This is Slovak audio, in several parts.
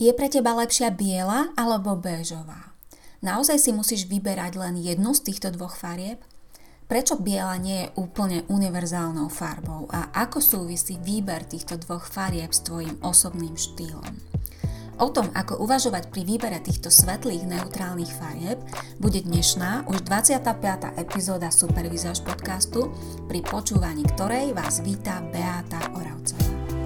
Je pre teba lepšia biela alebo béžová? Naozaj si musíš vyberať len jednu z týchto dvoch farieb? Prečo biela nie je úplne univerzálnou farbou a ako súvisí výber týchto dvoch farieb s tvojim osobným štýlom? O tom, ako uvažovať pri výbere týchto svetlých neutrálnych farieb, bude dnešná už 25. epizóda Supervizáž podcastu, pri počúvaní ktorej vás víta Beáta Oravcová.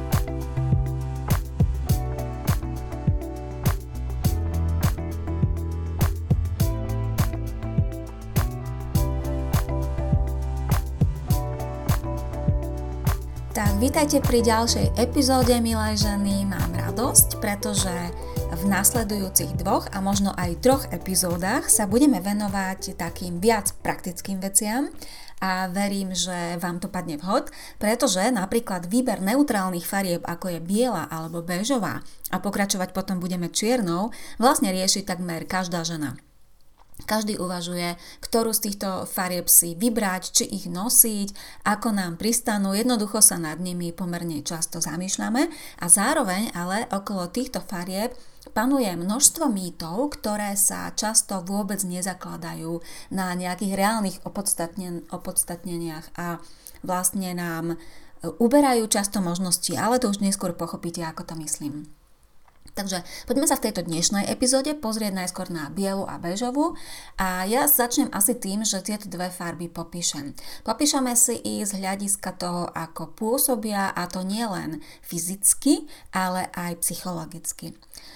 Tak vítajte pri ďalšej epizóde, milé ženy. Mám radosť, pretože v nasledujúcich dvoch a možno aj troch epizódach sa budeme venovať takým viac praktickým veciam a verím, že vám to padne vhod, pretože napríklad výber neutrálnych farieb, ako je biela alebo béžová, a pokračovať potom budeme čiernou, vlastne rieši takmer každá žena. Každý uvažuje, ktorú z týchto farieb si vybrať, či ich nosiť, ako nám pristanú, jednoducho sa nad nimi pomerne často zamýšľame a zároveň ale okolo týchto farieb panuje množstvo mýtov, ktoré sa často vôbec nezakladajú na nejakých reálnych opodstatneniach a vlastne nám uberajú často možnosti, ale to už neskôr pochopíte, ako to myslím. Takže poďme sa v tejto dnešnej epizóde pozrieť najskôr na bielu a béžovú a ja začnem asi tým, že tieto dve farby popíšem. Popíšeme si ich z hľadiska toho, ako pôsobia, a to nie len fyzicky, ale aj psychologicky.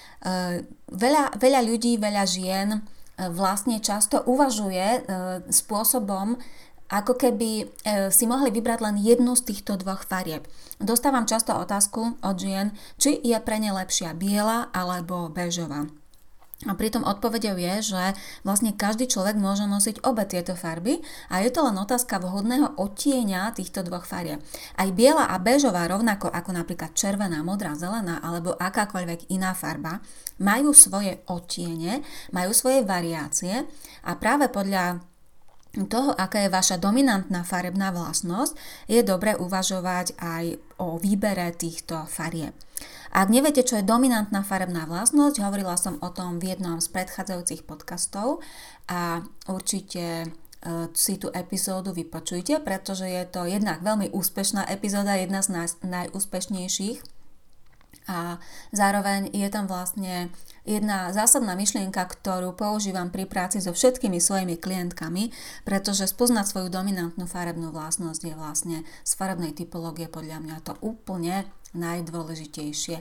Veľa ľudí, veľa žien vlastne často uvažuje spôsobom, ako keby si mohli vybrať len jednu z týchto dvoch farieb. Dostávam často otázku od žien, či je pre ne lepšia biela alebo béžová. A pritom odpoveďou je, že vlastne každý človek môže nosiť obe tieto farby a je to len otázka vhodného odtieňa týchto dvoch farieb. Aj biela a béžová, rovnako ako napríklad červená, modrá, zelená alebo akákoľvek iná farba, majú svoje odtiene, majú svoje variácie a práve podľa toho, aká je vaša dominantná farebná vlastnosť, je dobre uvažovať aj o výbere týchto farieb. Ak neviete, čo je dominantná farebná vlastnosť, hovorila som o tom v jednom z predchádzajúcich podcastov a určite si tú epizódu vypočujte, pretože je to jednak veľmi úspešná epizóda, jedna z najúspešnejších. A zároveň je tam vlastne jedna zásadná myšlienka, ktorú používam pri práci so všetkými svojimi klientkami, pretože spoznať svoju dominantnú farebnú vlastnosť je vlastne z farebnej typológie podľa mňa to úplne najdôležitejšie.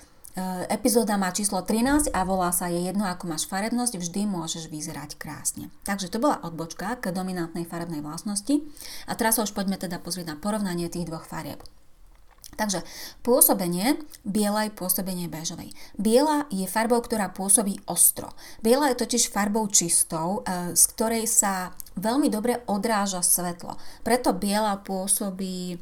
Epizóda má číslo 13 a volá sa Je jedno, ako máš farebnosť, vždy môžeš vyzerať krásne. Takže to bola odbočka k dominantnej farebnej vlastnosti a teraz sa už poďme teda pozrieť na porovnanie tých dvoch farieb. Takže pôsobenie bielej, pôsobenie béžovej. Biela je farbou, ktorá pôsobí ostro. Biela je totiž farbou čistou, z ktorej sa veľmi dobre odráža svetlo. Preto biela pôsobí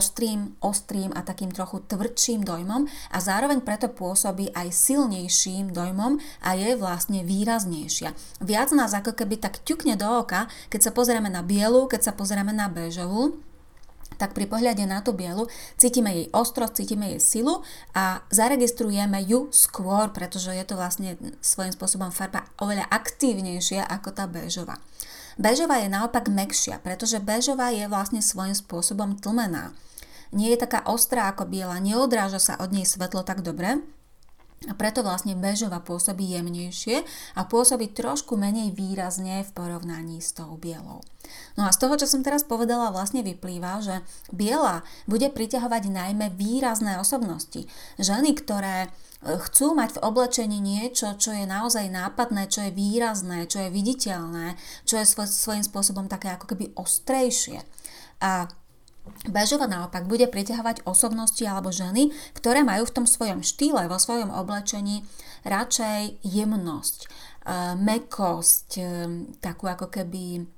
ostrým a takým trochu tvrdším dojmom a zároveň preto pôsobí aj silnejším dojmom a je vlastne výraznejšia. Viac nás ako keby tak ťukne do oka, keď sa pozrieme na bielu, keď sa pozrieme na béžovú, tak pri pohľade na tú bielu cítime jej ostrosť, cítime jej silu a zaregistrujeme ju skôr, pretože je to vlastne svojím spôsobom farba oveľa aktívnejšia ako tá béžová. Béžová je naopak mäkšia, pretože béžová je vlastne svojím spôsobom tlmená. Nie je taká ostrá ako biela, neodráža sa od nej svetlo tak dobre, a preto vlastne béžová pôsobí jemnejšie a pôsobí trošku menej výrazne v porovnaní s tou bielou. No a z toho, čo som teraz povedala, vlastne vyplýva, že biela bude priťahovať najmä výrazné osobnosti. Ženy, ktoré chcú mať v oblečení niečo, čo je naozaj nápadné, čo je výrazné, čo je viditeľné, čo je svojím spôsobom také ako keby ostrejšie. A béžová naopak bude priťahovať osobnosti alebo ženy, ktoré majú v tom svojom štýle, vo svojom oblečení radšej jemnosť, mäkkosť, takú ako keby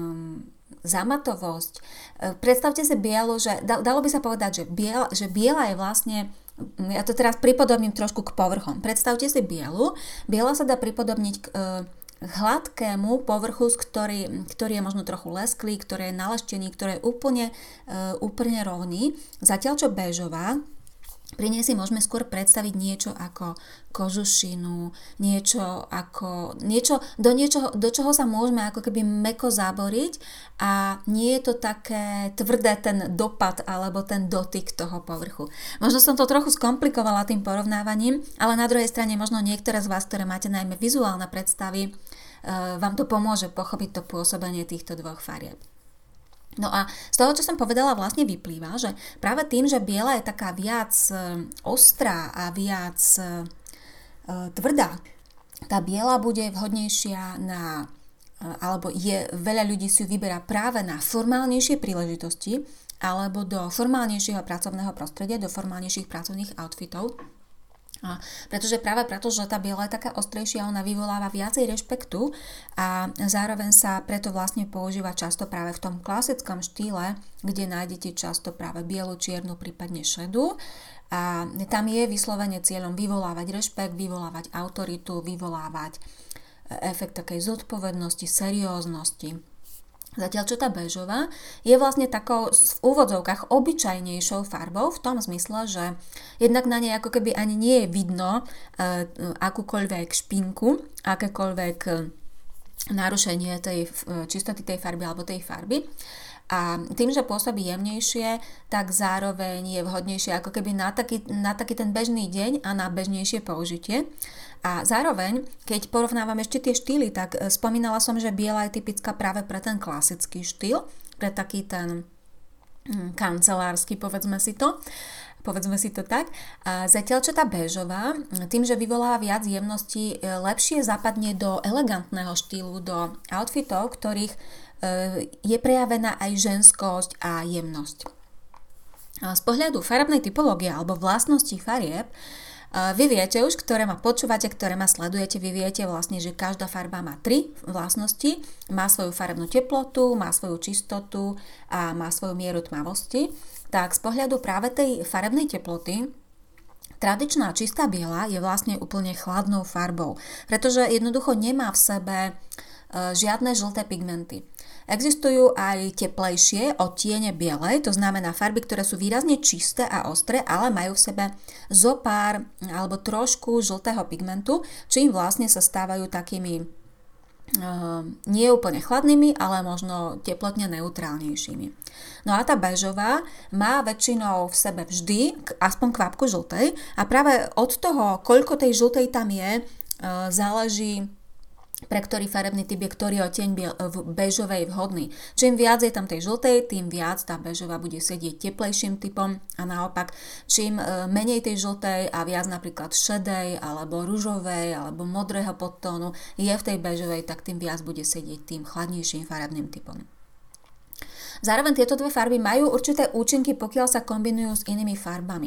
zamatovosť. Predstavte si bielu, že dalo by sa povedať, že biela je vlastne, ja to teraz pripodobním trošku k povrchom. Predstavte si bielu. Biela sa dá pripodobniť k hladkému povrchu, ktorý je možno trochu lesklý, ktorý je naleštený, ktorý je úplne rovný. Zatiaľ čo béžová Pri nej si môžeme skôr predstaviť niečo ako kožušinu, do čoho sa môžeme ako keby mäkko zaboriť a nie je to také tvrdé ten dopad alebo ten dotyk toho povrchu. Možno som to trochu skomplikovala tým porovnávaním, ale na druhej strane možno niektoré z vás, ktoré máte najmä vizuálne predstavy, vám to pomôže pochopiť to pôsobenie týchto dvoch farieb. No a z toho, čo som povedala, vlastne vyplýva, že práve tým, že biela je taká viac ostrá a viac tvrdá, tá biela bude vhodnejšia alebo veľa ľudí si ju vyberá práve na formálnejšie príležitosti alebo do formálnejšieho pracovného prostredia, do formálnejších pracovných outfitov. Pretože práve preto, že tá biela je taká ostrejšia, ona vyvoláva viacej rešpektu a zároveň sa preto vlastne používa často práve v tom klasickom štýle, kde nájdete často práve bielu, čiernu, prípadne šedú. A tam je vyslovene cieľom vyvolávať rešpekt, vyvolávať autoritu, vyvolávať efekt takej zodpovednosti, serióznosti. Zatiaľ čo tá béžová je vlastne takou v úvodzovkách obyčajnejšou farbou v tom zmysle, že jednak na nej ako keby ani nie je vidno akúkoľvek špinku, akékoľvek narušenie tej čistoty tej farby alebo tej farby. A tým, že pôsobí jemnejšie, tak zároveň je vhodnejšie ako keby na taký ten bežný deň a na bežnejšie použitie. A zároveň, keď porovnávam ešte tie štýly, tak spomínala som, že biela je typická práve pre ten klasický štýl, pre taký ten kancelársky, povedzme si to tak. A zatiaľ, čo tá béžová, tým, že vyvoláva viac jemnosti, lepšie zapadne do elegantného štýlu, do outfitov, ktorých je prejavená aj ženskosť a jemnosť. Z pohľadu farebnej typológie alebo vlastností farieb, vy viete už, ktoré ma počúvate, ktoré ma sledujete, vy viete vlastne, že každá farba má 3 vlastnosti. Má svoju farebnú teplotu, má svoju čistotu a má svoju mieru tmavosti. Tak z pohľadu práve tej farebnej teploty, tradičná čistá biela je vlastne úplne chladnou farbou, pretože jednoducho nemá v sebe žiadne žlté pigmenty. Existujú aj teplejšie odtiene bielej, to znamená farby, ktoré sú výrazne čisté a ostré, ale majú v sebe zopár alebo trošku žltého pigmentu, čím vlastne sa stávajú takými nie úplne chladnými, ale možno teplotne neutrálnejšími. No a tá béžová má väčšinou v sebe vždy aspoň kvapku žltej a práve od toho, koľko tej žltej tam je, záleží, pre ktorý farebný typ je ktorý odtieň béžovej vhodný. Čím viac je tam tej žltej, tým viac tá béžová bude sedieť teplejším typom a naopak, čím menej tej žltej a viac napríklad šedej alebo ružovej alebo modrého podtónu je v tej béžovej, tak tým viac bude sedieť tým chladnejším farebným typom. Zároveň tieto dve farby majú určité účinky, pokiaľ sa kombinujú s inými farbami.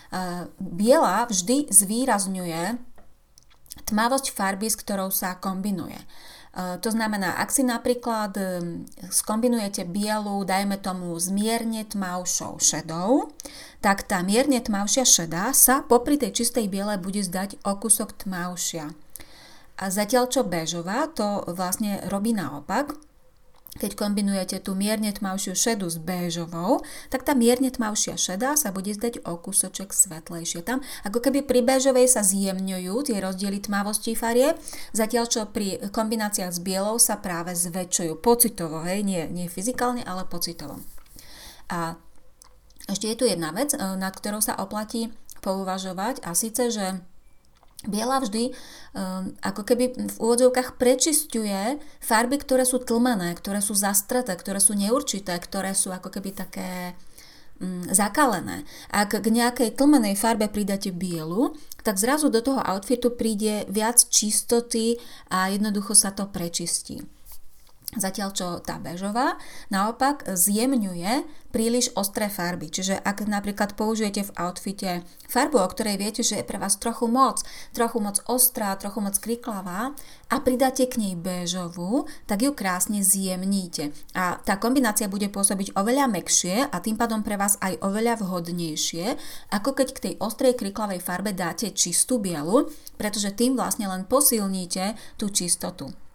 Biela vždy zvýrazňuje tmavosť farby, s ktorou sa kombinuje. To znamená, ak si napríklad skombinujete bielu, dajme tomu s mierne tmavšou šedou, tak tá mierne tmavšia šedá sa popri tej čistej biele bude zdať o kúsok tmavšia. A zatiaľ čo béžová to vlastne robí naopak. Keď kombinujete tú mierne tmavšiu šedu s béžovou, tak tá mierne tmavšia šedá sa bude zdať o kúsoček svetlejšie. Tam ako keby pri béžovej sa zjemňujú tie rozdiely tmavosti farieb, zatiaľ čo pri kombináciách s bielou sa práve zväčšujú pocitovo, nie fyzikálne, ale pocitovo. A ešte je tu jedna vec, nad ktorou sa oplatí pouvažovať, a síce, že biela vždy ako keby v úvodzovkách prečisťuje farby, ktoré sú tlmené, ktoré sú zastreté, ktoré sú neurčité, ktoré sú ako keby také zakalené. Ak k nejakej tlmenej farbe pridáte bielu, tak zrazu do toho outfitu príde viac čistoty a jednoducho sa to prečistí. Zatiaľ čo tá béžová naopak zjemňuje príliš ostré farby. Čiže ak napríklad použijete v outfite farbu, o ktorej viete, že je pre vás trochu moc ostrá, trochu moc kriklavá a pridáte k nej béžovú, tak ju krásne zjemníte. A tá kombinácia bude pôsobiť oveľa mäkšie a tým pádom pre vás aj oveľa vhodnejšie, ako keď k tej ostrej kriklavej farbe dáte čistú bielu, pretože tým vlastne len posilníte tú čistotu.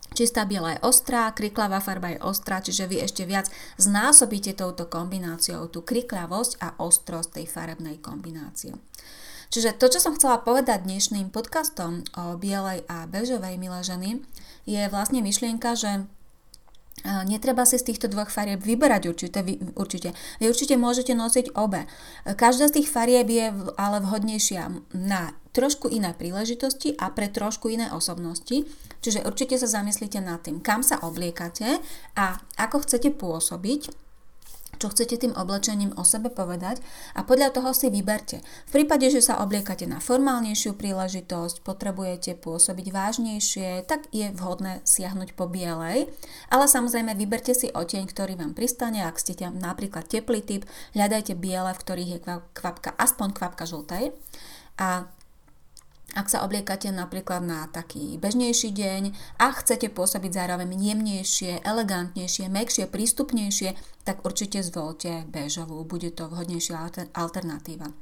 Čistá biela je ostrá, kriklavá farba je ostrá, čiže vy ešte viac znásobíte touto kombináciou tú kriklavosť a ostrosť tej farebnej kombinácie. Čiže to, čo som chcela povedať dnešným podcastom o bielej a bežovej, milé ženy, je vlastne myšlienka, že netreba si z týchto dvoch farieb vyberať určite. Vy určite môžete nosiť obe. Každá z tých farieb je ale vhodnejšia na trošku iné príležitosti a pre trošku iné osobnosti. Čiže určite sa zamyslite nad tým, kam sa obliekate a ako chcete pôsobiť, čo chcete tým oblečením o sebe povedať a podľa toho si vyberte. V prípade, že sa obliekate na formálnejšiu príležitosť, potrebujete pôsobiť vážnejšie, tak je vhodné siahnuť po bielej, ale samozrejme vyberte si odtieň, ktorý vám pristane. Ak ste napríklad teplý typ, hľadajte biele, v ktorých je aspoň kvapka žltej. A ak sa obliekate napríklad na taký bežnejší deň a chcete pôsobiť zároveň jemnejšie, elegantnejšie, mäkšie, prístupnejšie, tak určite zvolte béžovú, bude to vhodnejšia alternatíva.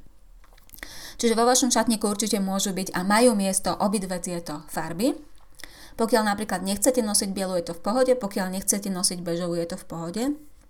Čiže vo vašom šatníku určite môžu byť a majú miesto obidve tieto farby. Pokiaľ napríklad nechcete nosiť bielu, je to v pohode, pokiaľ nechcete nosiť béžovú, je to v pohode.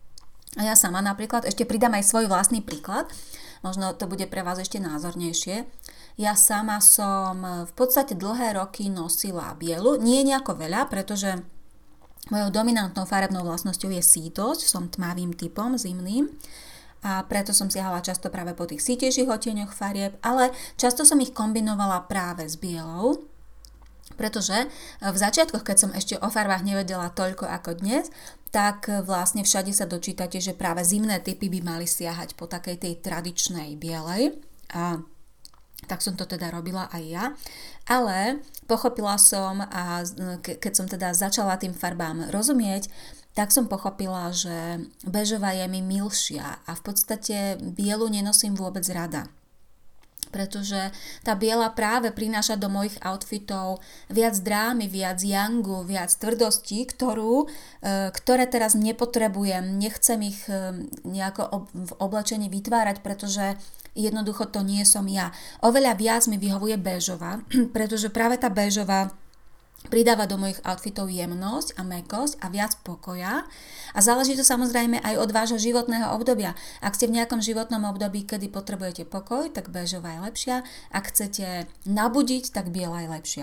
A ja sama napríklad, ešte pridám aj svoj vlastný príklad, možno to bude pre vás ešte názornejšie. Ja sama som v podstate dlhé roky nosila bielu, nie nejako veľa, pretože mojou dominantnou farebnou vlastnosťou je sítosť, som tmavým typom, zimným, a preto som siahala často práve po tých sítejších odtieňoch farieb, ale často som ich kombinovala práve s bielou, pretože v začiatkoch, keď som ešte o farbách nevedela toľko ako dnes, tak vlastne všade sa dočítate, že práve zimné typy by mali siahať po takej tej tradičnej bielej a tak som to teda robila aj ja, ale pochopila som a keď som teda začala tým farbám rozumieť, tak som pochopila, že bežová je mi milšia a v podstate bielu nenosím vôbec rada. Pretože tá biela práve prináša do mojich outfitov viac drámy, viac yangu, viac tvrdostí, ktoré teraz nepotrebujem, nechcem ich nejako v oblečení vytvárať, pretože jednoducho to nie som ja. Oveľa viac mi vyhovuje béžová, pretože práve tá béžová pridáva do mojich outfitov jemnosť a mäkkosť a viac pokoja a záleží to samozrejme aj od vášho životného obdobia. Ak ste v nejakom životnom období, kedy potrebujete pokoj, tak béžová je lepšia. Ak chcete nabudiť, tak biela je lepšia.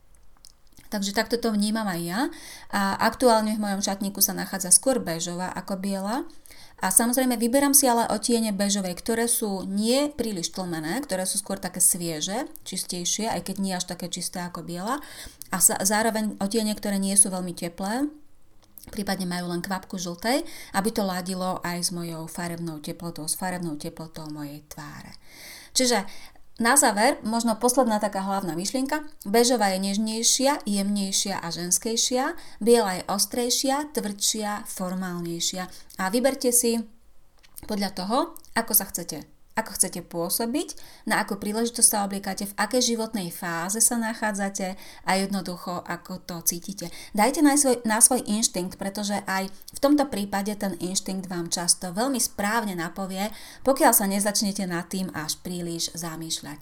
Takže takto to vnímam aj ja a aktuálne v mojom šatníku sa nachádza skôr béžová ako biela. A samozrejme vyberám si ale odtiene bežovej, ktoré sú nie príliš tlmené, ktoré sú skôr také svieže, čistejšie, aj keď nie až také čisté ako biela. A zároveň odtiene, ktoré nie sú veľmi teplé, prípadne majú len kvapku žltej, aby to ladilo aj s mojou farebnou teplotou, s farebnou teplotou mojej tváre. Čiže na záver, možno posledná taká hlavná myšlienka, bežová je nežnejšia, jemnejšia a ženskejšia, biela je ostrejšia, tvrdšia, formálnejšia. A vyberte si podľa toho, ako chcete pôsobiť, na akú príležitosť sa obliekate, v akej životnej fáze sa nachádzate a jednoducho, ako to cítite. Dajte na svoj inštinkt, pretože aj v tomto prípade ten inštinkt vám často veľmi správne napovie, pokiaľ sa nezačnete nad tým až príliš zamýšľať.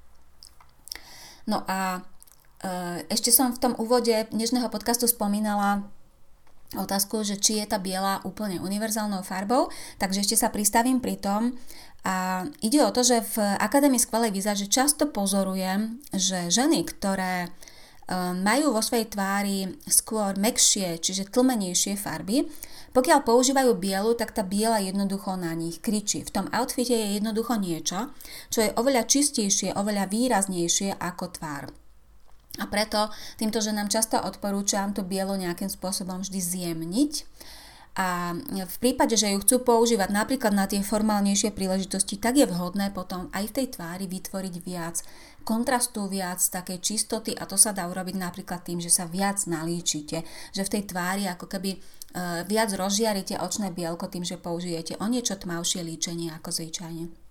No a ešte som v tom úvode dnešného podcastu spomínala otázku, že či je tá biela úplne univerzálnou farbou, takže ešte sa pristavím pri tom. A ide o to, že v Akadémii skvelej výzavy často pozorujem, že ženy, ktoré majú vo svojej tvári skôr mäkšie, čiže tlmenejšie farby, pokiaľ používajú bielu, tak tá biela jednoducho na nich kričí. V tom outfite je jednoducho niečo, čo je oveľa čistejšie, oveľa výraznejšie ako tvár. A preto týmto ženám často odporúčam tú bielu nejakým spôsobom vždy zjemniť. A v prípade, že ju chcú používať napríklad na tie formálnejšie príležitosti, tak je vhodné potom aj v tej tvári vytvoriť viac kontrastu, viac takej čistoty a to sa dá urobiť napríklad tým, že sa viac nalíčite, že v tej tvári ako keby viac rozžiarite očné bielko tým, že použijete o niečo tmavšie líčenie ako zvyčajne.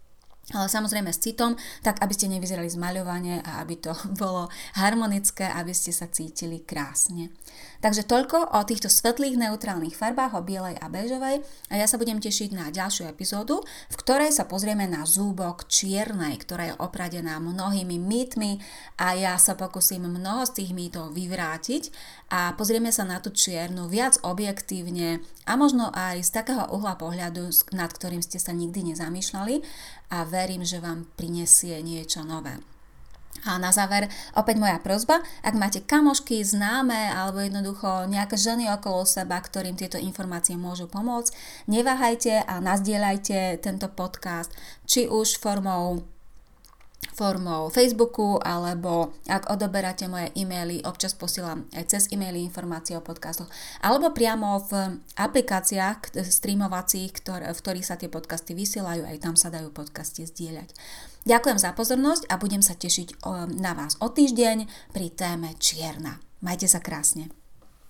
ale samozrejme s citom, tak aby ste nevyzerali zmaľovane a aby to bolo harmonické, aby ste sa cítili krásne. Takže toľko o týchto svetlých neutrálnych farbách, o bielej a béžovej, a ja sa budem tešiť na ďalšiu epizódu, v ktorej sa pozrieme na zúbok čiernej, ktorá je opradená mnohými mýtmi a ja sa pokúsim mnoho z tých mýtov vyvrátiť a pozrieme sa na tú čiernu viac objektívne a možno aj z takého uhla pohľadu, nad ktorým ste sa nikdy nezamýšľali, a verím, že vám prinesie niečo nové. A na záver opäť moja prosba, ak máte kamošky, známe alebo jednoducho nejaké ženy okolo seba, ktorým tieto informácie môžu pomôcť, neváhajte a nazdieľajte tento podcast, či už formou Facebooku, alebo ak odoberáte moje e-maily, občas posielam aj cez e-maily informácie o podcastoch, alebo priamo v aplikáciách streamovacích, v ktorých sa tie podcasty vysielajú, aj tam sa dajú podcasty zdieľať. Ďakujem za pozornosť a budem sa tešiť na vás o týždeň pri téme čierna. Majte sa krásne.